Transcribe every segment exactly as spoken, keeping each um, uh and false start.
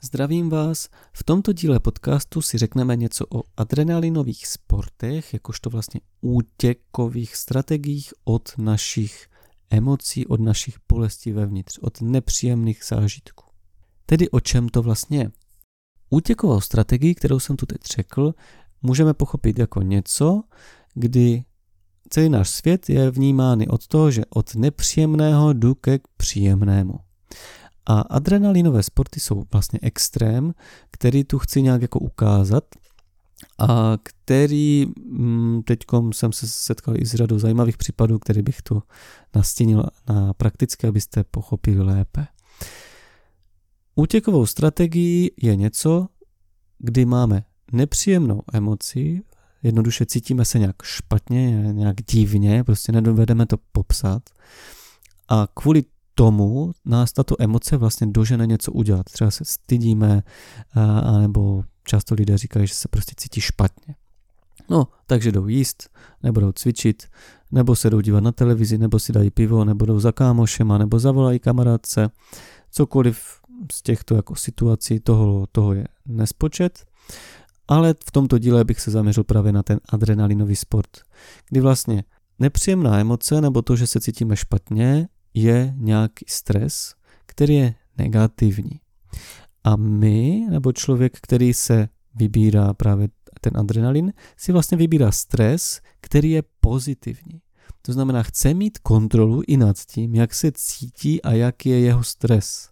Zdravím vás. V tomto díle podcastu si řekneme něco o adrenalinových sportech, jakožto vlastně útěkových strategiích od našich emocí, od našich bolestí vevnitř, od nepříjemných zážitků. Tedy o čem to vlastně je? Útěkovou strategii, kterou jsem tu teď řekl, můžeme pochopit jako něco, kdy celý náš svět je vnímán od toho, že od nepříjemného jdu ke příjemnému. A adrenalinové sporty jsou vlastně extrém, který tu chci nějak jako ukázat a který teďkom jsem se setkal i s řadou zajímavých případů, který bych tu nastínil na prakticky, abyste pochopili lépe. Útěkovou strategií je něco, kdy máme nepříjemnou emoci, jednoduše cítíme se nějak špatně, nějak divně, prostě nedovedeme to popsat a kvůli tomu nás tato emoce vlastně dožene něco udělat. Třeba se stydíme, anebo často lidé říkají, že se prostě cítí špatně. No, takže jdou jíst, nebo jdou cvičit, nebo se jdou dívat na televizi, nebo si dají pivo, nebo jdou za kámošema, nebo zavolají kamarádce. Cokoliv z těchto jako situací, toho, toho je nespočet. Ale v tomto díle bych se zaměřil právě na ten adrenalinový sport, kdy vlastně nepříjemná emoce, nebo to, že se cítíme špatně, je nějaký stres, který je negativní. A my, nebo člověk, který se vybírá právě ten adrenalin, si vlastně vybírá stres, který je pozitivní. To znamená, chce mít kontrolu i nad tím, jak se cítí a jaký je jeho stres.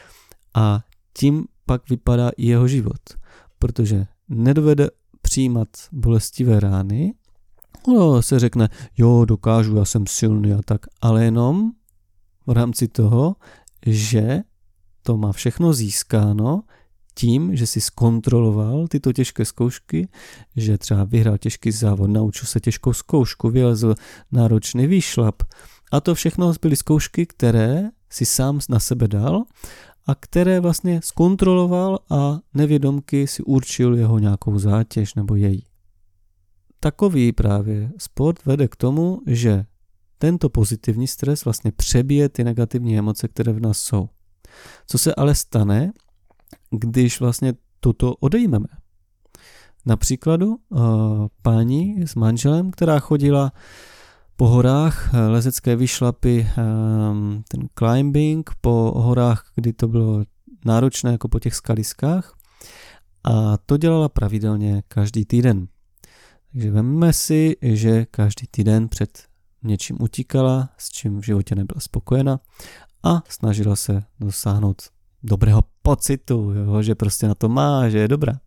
A tím pak vypadá i jeho život. Protože nedovede přijímat bolestivé rány, no, se řekne, jo, dokážu, já jsem silný a tak, ale jenom v rámci toho, že to má všechno získáno tím, že si zkontroloval tyto těžké zkoušky, že třeba vyhrál těžký závod, naučil se těžkou zkoušku, vylezl náročný výšlap. A to všechno byly zkoušky, které si sám na sebe dal a které vlastně zkontroloval a nevědomky si určil jeho nějakou zátěž nebo její. Takový právě sport vede k tomu, že tento pozitivní stres vlastně přebije ty negativní emoce, které v nás jsou. Co se ale stane, když vlastně toto odejmeme? Například uh, paní s manželem, která chodila po horách, lezecké výšlapy, um, ten climbing po horách, kdy to bylo náročné jako po těch skaliskách, a to dělala pravidelně každý týden. Takže vemme si, že každý týden před něčím utíkala, s čím v životě nebyla spokojena a snažila se dosáhnout dobrého pocitu, jo, že prostě na to má, že je dobrá.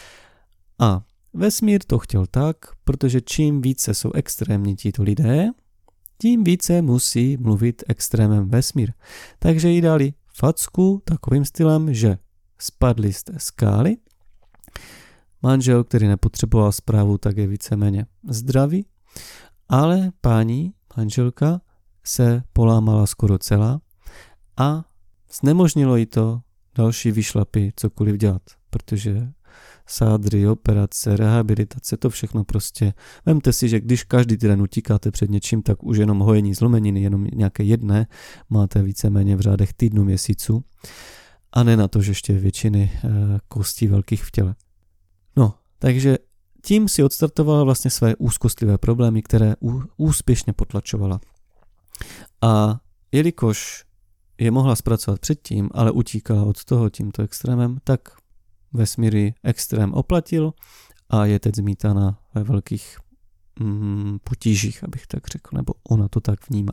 A vesmír to chtěl tak, protože čím více jsou extrémní tito lidé, tím více musí mluvit extrémem vesmír. Takže jí dali facku takovým stylem, že spadli z té skály. Manžel, který nepotřeboval správu, tak je víceméně zdravý, ale paní, manželka, se polámala skoro celá a znemožnilo jí to další výšlapy, cokoliv dělat, protože sádry, operace, rehabilitace, to všechno prostě. Vemte si, že když každý týden utíkáte před něčím, tak už jenom hojení zlomeniny, jenom nějaké jedné, máte víceméně v řádech týdnu, měsíců a ne na to, že ještě většiny e, kostí velkých v těle. No, takže tím si odstartovala vlastně své úzkostlivé problémy, které ú, úspěšně potlačovala. A jelikož je mohla zpracovat předtím, ale utíkala od toho tímto extrémem, tak vesmír extrém oplatil a je teď zmítána ve velkých mm, potížích, abych tak řekl, nebo ona to tak vnímá.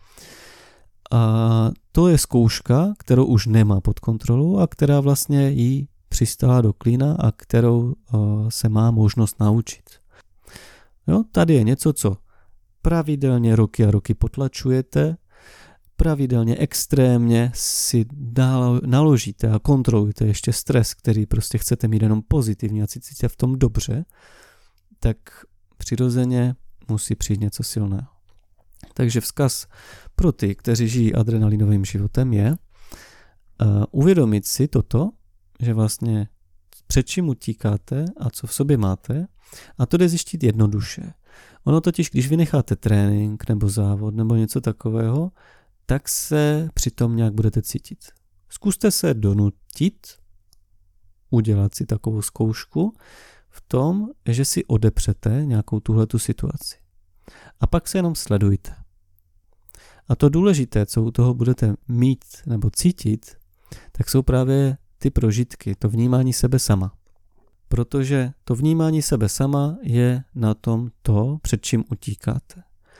A to je zkouška, kterou už nemá pod kontrolou a která vlastně jí přistála do klína a kterou uh, se má možnost naučit. Jo, tady je něco, co pravidelně roky a roky potlačujete, pravidelně extrémně si dál naložíte a kontrolujete ještě stres, který prostě chcete mít jenom pozitivně a cítíte v tom dobře, tak přirozeně musí přijít něco silného. Takže vzkaz pro ty, kteří žijí adrenalinovým životem, je uh, uvědomit si toto, že vlastně před čím utíkáte a co v sobě máte, a to jde zjistit jednoduše. Ono totiž, když vynecháte trénink nebo závod nebo něco takového, tak se přitom nějak budete cítit. Zkuste se donutit udělat si takovou zkoušku v tom, že si odepřete nějakou tuhletu situaci. A pak se jenom sledujte. A to důležité, co u toho budete mít nebo cítit, tak jsou právě ty prožitky, to vnímání sebe sama. Protože to vnímání sebe sama je na tom to, před čím utíkáte.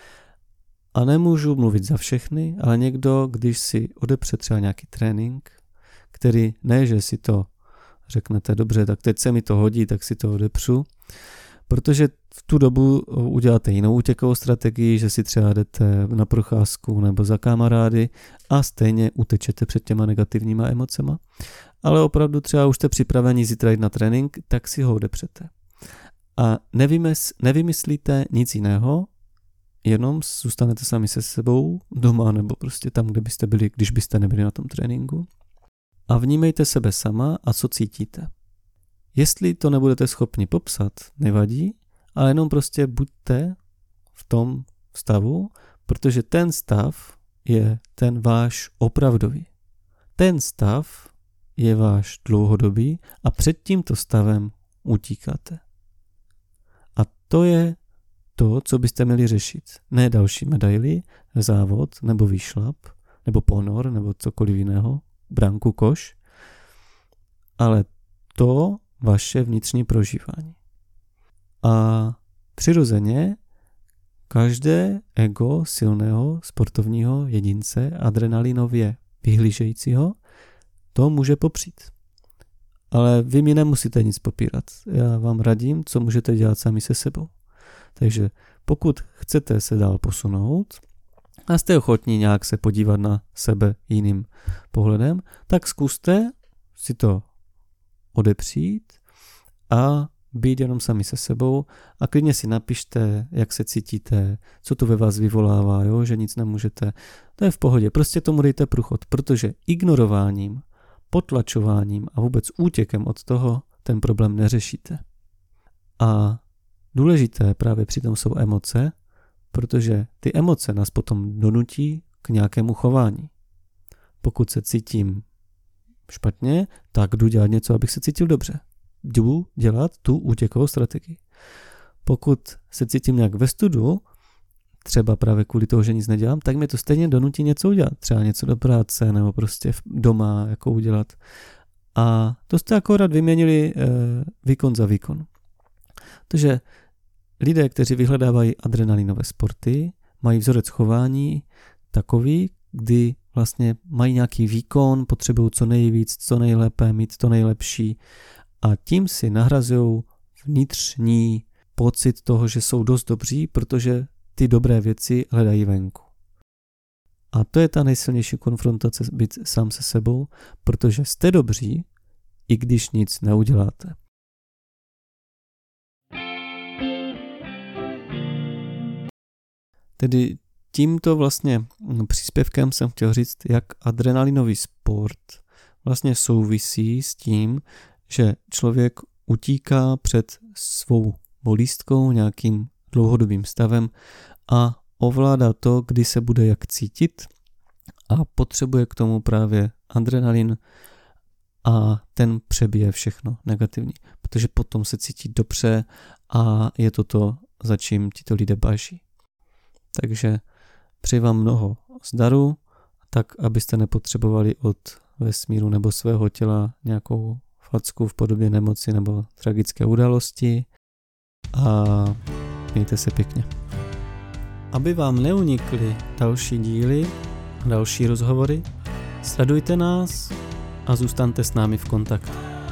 A nemůžu mluvit za všechny, ale někdo, když si odepře třeba nějaký trénink, který ne, že si to řeknete, dobře, tak teď se mi to hodí, tak si to odepřu, protože v tu dobu uděláte jinou útěkovou strategii, že si třeba jdete na procházku nebo za kamarády a stejně utečete před těma negativníma emocema. Ale opravdu třeba už jste připraveni zítra jít na trénink, tak si ho odepřete. A nevymys, nevymyslíte nic jiného, jenom zůstanete sami se sebou doma nebo prostě tam, kde byste byli, když byste nebyli na tom tréninku. A vnímejte sebe sama a co cítíte. Jestli to nebudete schopni popsat, nevadí, ale jenom prostě buďte v tom stavu, protože ten stav je ten váš opravdový. Ten stav je váš dlouhodobý a před tímto stavem utíkáte. A to je to, co byste měli řešit. Ne další medaily, závod nebo výšlap, nebo ponor, nebo cokoliv jiného, branku, koš, ale to vaše vnitřní prožívání. A přirozeně každé ego silného sportovního jedince adrenalinově vyhlížejícího to může popřít. Ale vy mi nemusíte nic popírat. Já vám radím, co můžete dělat sami se sebou. Takže pokud chcete se dál posunout a jste ochotní nějak se podívat na sebe jiným pohledem, tak zkuste si to odepřít a být jenom sami se sebou a klidně si napište, jak se cítíte, co to ve vás vyvolává, jo? Že nic nemůžete. To je v pohodě, prostě tomu dejte průchod, protože ignorováním, potlačováním a vůbec útěkem od toho ten problém neřešíte. A důležité právě přitom jsou emoce, protože ty emoce nás potom donutí k nějakému chování. Pokud se cítím špatně, tak jdu dělat něco, abych se cítil dobře. Jdu dělat tu útěkovou strategii. Pokud se cítím nějak ve studu, třeba právě kvůli toho, že nic nedělám, tak mě to stejně donutí něco udělat. Třeba něco do práce nebo prostě doma jako udělat. A to jste akorát vyměnili e, výkon za výkon. Takže lidé, kteří vyhledávají adrenalinové sporty, mají vzorec chování takový, kdy vlastně mají nějaký výkon, potřebují co nejvíc, co nejlépe, mít to nejlepší a tím si nahrazují vnitřní pocit toho, že jsou dost dobří, protože ty dobré věci hledají venku. A to je ta nejsilnější konfrontace být sám se sebou, protože jste dobří, i když nic neuděláte. Tedy tímto vlastně příspěvkem jsem chtěl říct, jak adrenalinový sport vlastně souvisí s tím, že člověk utíká před svou bolístkou, nějakým dlouhodobým stavem a ovládá to, kdy se bude jak cítit a potřebuje k tomu právě adrenalin a ten přebije všechno negativní, protože potom se cítí dobře a je to to, za čím tito lidé běží. Takže přeji vám mnoho zdaru, tak abyste nepotřebovali od vesmíru nebo svého těla nějakou facku v podobě nemoci nebo tragické události a mějte se pěkně. Aby vám neunikly další díly, další rozhovory, sledujte nás a zůstaňte s námi v kontaktu.